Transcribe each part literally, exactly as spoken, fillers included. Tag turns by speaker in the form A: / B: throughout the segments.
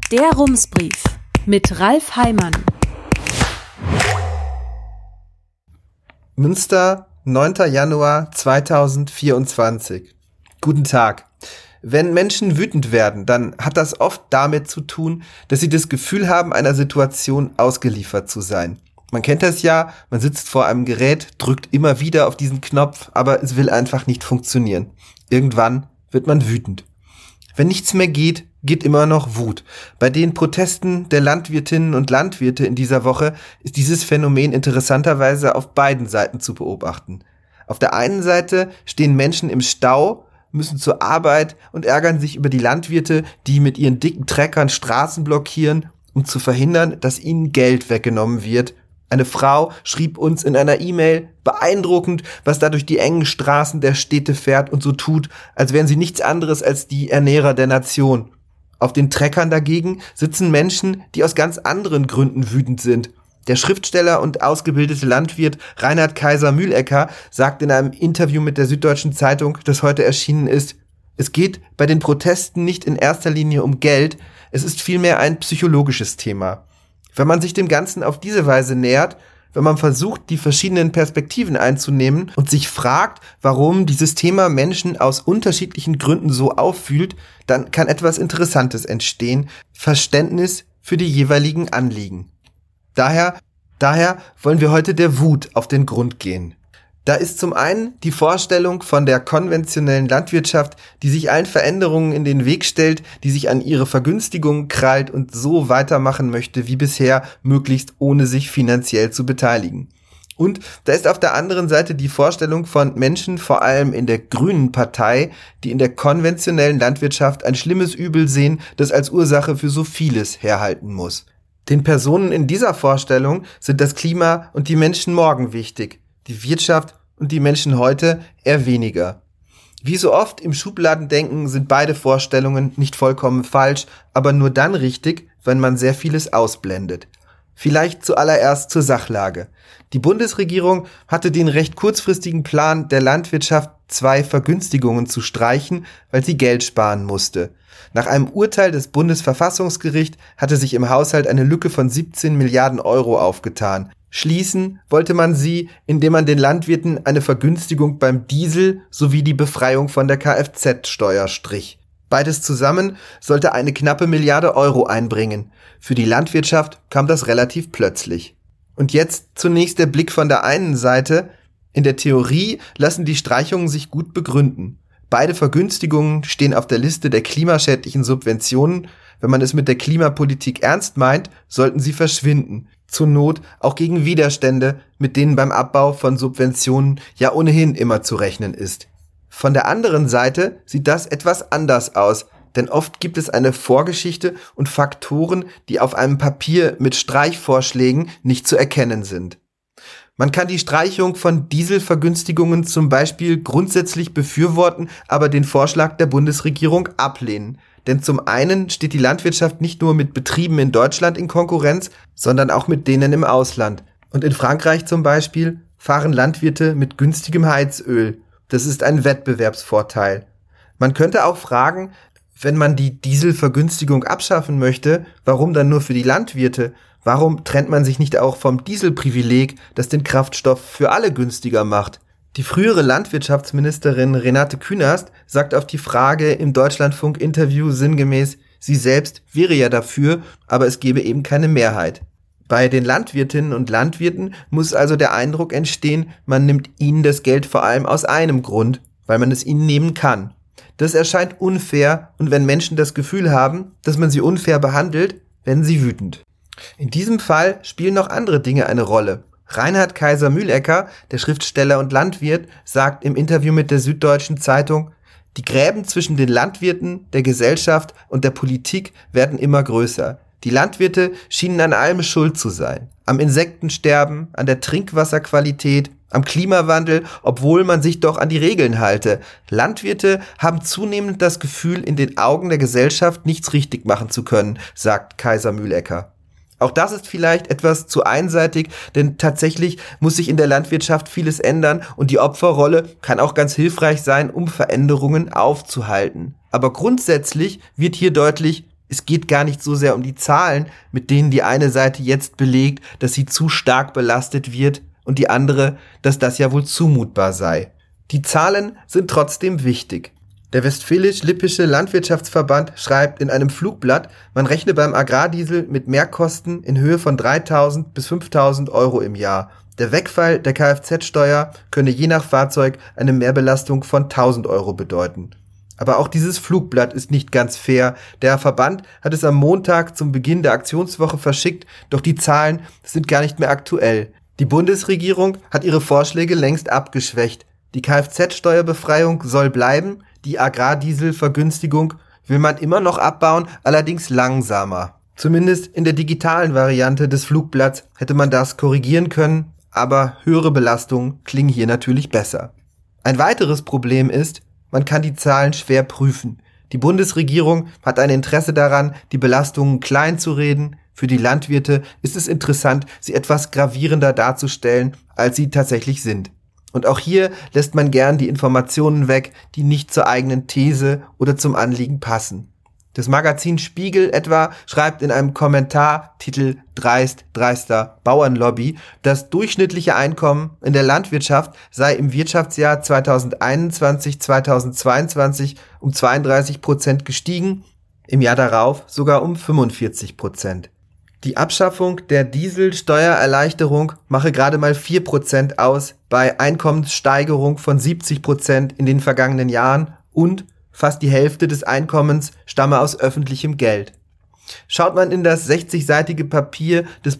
A: Der Rumsbrief mit Ralf Heimann.
B: Münster, neunter Januar zweitausendvierundzwanzig. Guten Tag. Wenn Menschen wütend werden, dann hat das oft damit zu tun, dass sie das Gefühl haben, einer Situation ausgeliefert zu sein. Man kennt das ja, man sitzt vor einem Gerät, drückt immer wieder auf diesen Knopf, aber es will einfach nicht funktionieren. Irgendwann wird man wütend. Wenn nichts mehr geht, geht immer noch Wut. Bei den Protesten der Landwirtinnen und Landwirte in dieser Woche ist dieses Phänomen interessanterweise auf beiden Seiten zu beobachten. Auf der einen Seite stehen Menschen im Stau, müssen zur Arbeit und ärgern sich über die Landwirte, die mit ihren dicken Treckern Straßen blockieren, um zu verhindern, dass ihnen Geld weggenommen wird. Eine Frau schrieb uns in einer E-Mail, beeindruckend, was da durch die engen Straßen der Städte fährt und so tut, als wären sie nichts anderes als die Ernährer der Nation. Auf den Treckern dagegen sitzen Menschen, die aus ganz anderen Gründen wütend sind. Der Schriftsteller und ausgebildete Landwirt Reinhard Kaiser-Mühlecker sagt in einem Interview mit der Süddeutschen Zeitung, das heute erschienen ist, es geht bei den Protesten nicht in erster Linie um Geld, es ist vielmehr ein psychologisches Thema. Wenn man sich dem Ganzen auf diese Weise nähert, wenn man versucht, die verschiedenen Perspektiven einzunehmen und sich fragt, warum dieses Thema Menschen aus unterschiedlichen Gründen so auffühlt, dann kann etwas Interessantes entstehen, Verständnis für die jeweiligen Anliegen. Daher, daher wollen wir heute der Wut auf den Grund gehen. Da ist zum einen die Vorstellung von der konventionellen Landwirtschaft, die sich allen Veränderungen in den Weg stellt, die sich an ihre Vergünstigungen krallt und so weitermachen möchte wie bisher, möglichst ohne sich finanziell zu beteiligen. Und da ist auf der anderen Seite die Vorstellung von Menschen, vor allem in der Grünen Partei, die in der konventionellen Landwirtschaft ein schlimmes Übel sehen, das als Ursache für so vieles herhalten muss. Den Personen in dieser Vorstellung sind das Klima und die Menschen morgen wichtig, die Wirtschaft und die Menschen heute eher weniger. Wie so oft im Schubladendenken sind beide Vorstellungen nicht vollkommen falsch, aber nur dann richtig, wenn man sehr vieles ausblendet. Vielleicht zuallererst zur Sachlage. Die Bundesregierung hatte den recht kurzfristigen Plan der Landwirtschaft, zwei Vergünstigungen zu streichen, weil sie Geld sparen musste. Nach einem Urteil des Bundesverfassungsgerichts hatte sich im Haushalt eine Lücke von siebzehn Milliarden Euro aufgetan. Schließen wollte man sie, indem man den Landwirten eine Vergünstigung beim Diesel sowie die Befreiung von der Kfz-Steuer strich. Beides zusammen sollte eine knappe Milliarde Euro einbringen. Für die Landwirtschaft kam das relativ plötzlich. Und jetzt zunächst der Blick von der einen Seite. In der Theorie lassen die Streichungen sich gut begründen. Beide Vergünstigungen stehen auf der Liste der klimaschädlichen Subventionen. Wenn man es mit der Klimapolitik ernst meint, sollten sie verschwinden. Zur Not auch gegen Widerstände, mit denen beim Abbau von Subventionen ja ohnehin immer zu rechnen ist. Von der anderen Seite sieht das etwas anders aus, denn oft gibt es eine Vorgeschichte und Faktoren, die auf einem Papier mit Streichvorschlägen nicht zu erkennen sind. Man kann die Streichung von Dieselvergünstigungen zum Beispiel grundsätzlich befürworten, aber den Vorschlag der Bundesregierung ablehnen. Denn zum einen steht die Landwirtschaft nicht nur mit Betrieben in Deutschland in Konkurrenz, sondern auch mit denen im Ausland. Und in Frankreich zum Beispiel fahren Landwirte mit günstigem Heizöl. Das ist ein Wettbewerbsvorteil. Man könnte auch fragen, wenn man die Dieselvergünstigung abschaffen möchte, warum dann nur für die Landwirte? Warum trennt man sich nicht auch vom Dieselprivileg, das den Kraftstoff für alle günstiger macht? Die frühere Landwirtschaftsministerin Renate Künast sagt auf die Frage im Deutschlandfunk-Interview sinngemäß, sie selbst wäre ja dafür, aber es gebe eben keine Mehrheit. Bei den Landwirtinnen und Landwirten muss also der Eindruck entstehen, man nimmt ihnen das Geld vor allem aus einem Grund, weil man es ihnen nehmen kann. Das erscheint unfair und wenn Menschen das Gefühl haben, dass man sie unfair behandelt, werden sie wütend. In diesem Fall spielen noch andere Dinge eine Rolle. Reinhard Kaiser-Mühlecker, der Schriftsteller und Landwirt, sagt im Interview mit der Süddeutschen Zeitung, die Gräben zwischen den Landwirten, der Gesellschaft und der Politik werden immer größer. Die Landwirte schienen an allem schuld zu sein. Am Insektensterben, an der Trinkwasserqualität, am Klimawandel, obwohl man sich doch an die Regeln halte. Landwirte haben zunehmend das Gefühl, in den Augen der Gesellschaft nichts richtig machen zu können, sagt Kaiser-Mühlecker. Auch das ist vielleicht etwas zu einseitig, denn tatsächlich muss sich in der Landwirtschaft vieles ändern und die Opferrolle kann auch ganz hilfreich sein, um Veränderungen aufzuhalten. Aber grundsätzlich wird hier deutlich, Es geht gar nicht so sehr um die Zahlen, mit denen die eine Seite jetzt belegt, dass sie zu stark belastet wird und die andere, dass das ja wohl zumutbar sei. Die Zahlen sind trotzdem wichtig. Der Westfälisch-Lippische Landwirtschaftsverband schreibt in einem Flugblatt, man rechne beim Agrardiesel mit Mehrkosten in Höhe von dreitausend bis fünftausend Euro im Jahr. Der Wegfall der Kfz-Steuer könne je nach Fahrzeug eine Mehrbelastung von tausend Euro bedeuten. Aber auch dieses Flugblatt ist nicht ganz fair. Der Verband hat es am Montag zum Beginn der Aktionswoche verschickt, doch die Zahlen sind gar nicht mehr aktuell. Die Bundesregierung hat ihre Vorschläge längst abgeschwächt. Die Kfz-Steuerbefreiung soll bleiben, die Agrardieselvergünstigung will man immer noch abbauen, allerdings langsamer. Zumindest in der digitalen Variante des Flugblatts hätte man das korrigieren können, aber höhere Belastungen klingen hier natürlich besser. Ein weiteres Problem ist, man kann die Zahlen schwer prüfen. Die Bundesregierung hat ein Interesse daran, die Belastungen klein zu reden. Für die Landwirte ist es interessant, sie etwas gravierender darzustellen, als sie tatsächlich sind. Und auch hier lässt man gern die Informationen weg, die nicht zur eigenen These oder zum Anliegen passen. Das Magazin Spiegel etwa schreibt in einem Kommentar, Titel Dreist, dreister Bauernlobby, das durchschnittliche Einkommen in der Landwirtschaft sei im Wirtschaftsjahr zweitausendeinundzwanzig zweitausendzweiundzwanzig um zweiunddreißig Prozent gestiegen, im Jahr darauf sogar um fünfundvierzig Prozent. Die Abschaffung der Dieselsteuererleichterung mache gerade mal vier Prozent aus, bei Einkommenssteigerung von siebzig Prozent in den vergangenen Jahren und fast die Hälfte des Einkommens stamme aus öffentlichem Geld. Schaut man in das sechzigseitige Papier des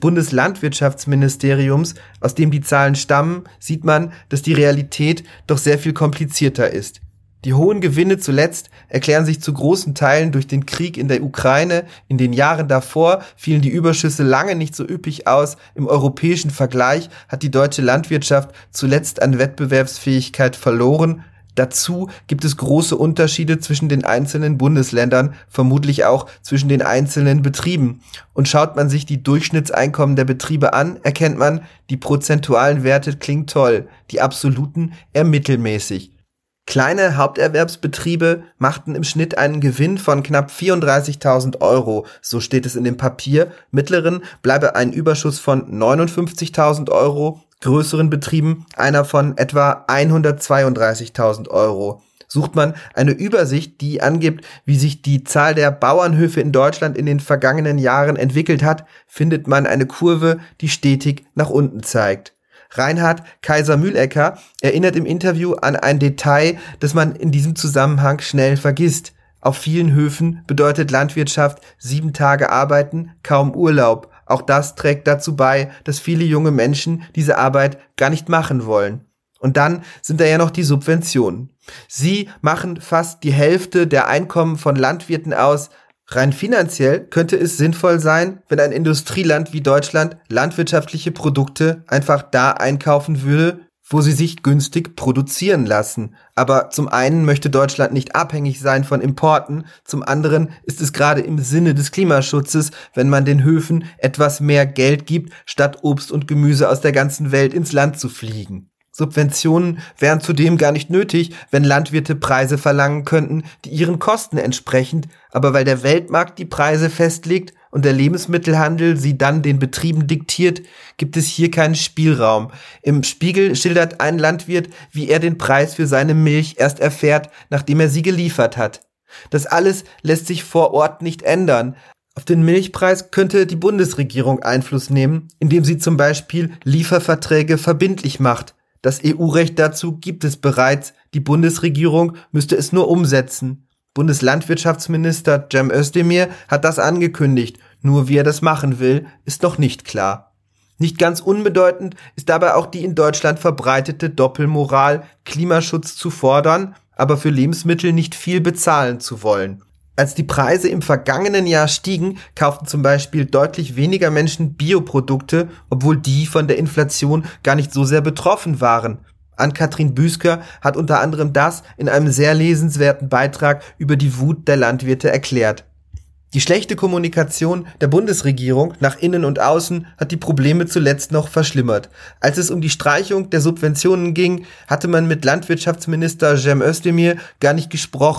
B: Bundeslandwirtschaftsministeriums, aus dem die Zahlen stammen, sieht man, dass die Realität doch sehr viel komplizierter ist. Die hohen Gewinne zuletzt erklären sich zu großen Teilen durch den Krieg in der Ukraine. In den Jahren davor fielen die Überschüsse lange nicht so üppig aus. Im europäischen Vergleich hat die deutsche Landwirtschaft zuletzt an Wettbewerbsfähigkeit verloren. Dazu gibt es große Unterschiede zwischen den einzelnen Bundesländern, vermutlich auch zwischen den einzelnen Betrieben. Und schaut man sich die Durchschnittseinkommen der Betriebe an, erkennt man, die prozentualen Werte klingen toll, die absoluten eher mittelmäßig. Kleine Haupterwerbsbetriebe machten im Schnitt einen Gewinn von knapp vierunddreißigtausend Euro, so steht es in dem Papier. Mittleren bleibe ein Überschuss von neunundfünfzigtausend Euro, größeren Betrieben einer von etwa hundertzweiunddreißigtausend Euro. Sucht man eine Übersicht, die angibt, wie sich die Zahl der Bauernhöfe in Deutschland in den vergangenen Jahren entwickelt hat, findet man eine Kurve, die stetig nach unten zeigt. Reinhard Kaiser-Mühlecker erinnert im Interview an ein Detail, das man in diesem Zusammenhang schnell vergisst. Auf vielen Höfen bedeutet Landwirtschaft sieben Tage arbeiten, kaum Urlaub. Auch das trägt dazu bei, dass viele junge Menschen diese Arbeit gar nicht machen wollen. Und dann sind da ja noch die Subventionen. Sie machen fast die Hälfte der Einkommen von Landwirten aus. Rein finanziell könnte es sinnvoll sein, wenn ein Industrieland wie Deutschland landwirtschaftliche Produkte einfach da einkaufen würde, wo sie sich günstig produzieren lassen. Aber zum einen möchte Deutschland nicht abhängig sein von Importen, zum anderen ist es gerade im Sinne des Klimaschutzes, wenn man den Höfen etwas mehr Geld gibt, statt Obst und Gemüse aus der ganzen Welt ins Land zu fliegen. Subventionen wären zudem gar nicht nötig, wenn Landwirte Preise verlangen könnten, die ihren Kosten entsprechend, aber weil der Weltmarkt die Preise festlegt und der Lebensmittelhandel sie dann den Betrieben diktiert, gibt es hier keinen Spielraum. Im Spiegel schildert ein Landwirt, wie er den Preis für seine Milch erst erfährt, nachdem er sie geliefert hat. Das alles lässt sich vor Ort nicht ändern. Auf den Milchpreis könnte die Bundesregierung Einfluss nehmen, indem sie zum Beispiel Lieferverträge verbindlich macht. Das E U-Recht dazu gibt es bereits, die Bundesregierung müsste es nur umsetzen. Bundeslandwirtschaftsminister Cem Özdemir hat das angekündigt, nur wie er das machen will, ist noch nicht klar. Nicht ganz unbedeutend ist dabei auch die in Deutschland verbreitete Doppelmoral, Klimaschutz zu fordern, aber für Lebensmittel nicht viel bezahlen zu wollen. Als die Preise im vergangenen Jahr stiegen, kauften zum Beispiel deutlich weniger Menschen Bioprodukte, obwohl die von der Inflation gar nicht so sehr betroffen waren. Ann-Kathrin Büsker hat unter anderem das in einem sehr lesenswerten Beitrag über die Wut der Landwirte erklärt. Die schlechte Kommunikation der Bundesregierung nach innen und außen hat die Probleme zuletzt noch verschlimmert. Als es um die Streichung der Subventionen ging, hatte man mit Landwirtschaftsminister Cem Özdemir gar nicht gesprochen.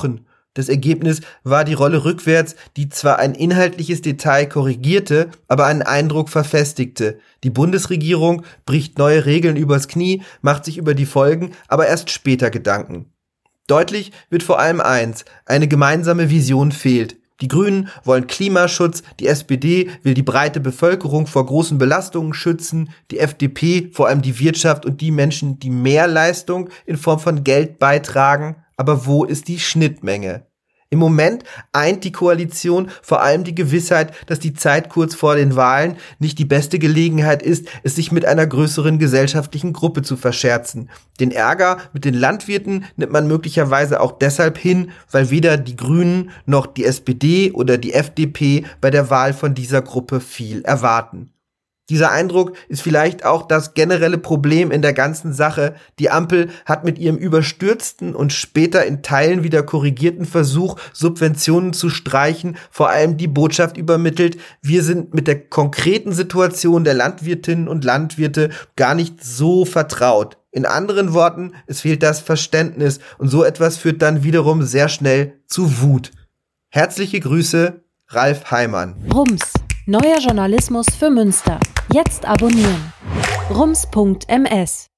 B: Das Ergebnis war die Rolle rückwärts, die zwar ein inhaltliches Detail korrigierte, aber einen Eindruck verfestigte. Die Bundesregierung bricht neue Regeln übers Knie, macht sich über die Folgen aber erst später Gedanken. Deutlich wird vor allem eins: eine gemeinsame Vision fehlt. Die Grünen wollen Klimaschutz, die S P D will die breite Bevölkerung vor großen Belastungen schützen, die F D P vor allem die Wirtschaft und die Menschen, die mehr Leistung in Form von Geld beitragen. Aber wo ist die Schnittmenge? Im Moment eint die Koalition vor allem die Gewissheit, dass die Zeit kurz vor den Wahlen nicht die beste Gelegenheit ist, es sich mit einer größeren gesellschaftlichen Gruppe zu verscherzen. Den Ärger mit den Landwirten nimmt man möglicherweise auch deshalb hin, weil weder die Grünen noch die S P D oder die F D P bei der Wahl von dieser Gruppe viel erwarten. Dieser Eindruck ist vielleicht auch das generelle Problem in der ganzen Sache. Die Ampel hat mit ihrem überstürzten und später in Teilen wieder korrigierten Versuch, Subventionen zu streichen, vor allem die Botschaft übermittelt: Wir sind mit der konkreten Situation der Landwirtinnen und Landwirte gar nicht so vertraut. In anderen Worten, es fehlt das Verständnis und so etwas führt dann wiederum sehr schnell zu Wut. Herzliche Grüße, Ralf Heimann.
A: Rums. Neuer Journalismus für Münster. Jetzt abonnieren. rums punkt m s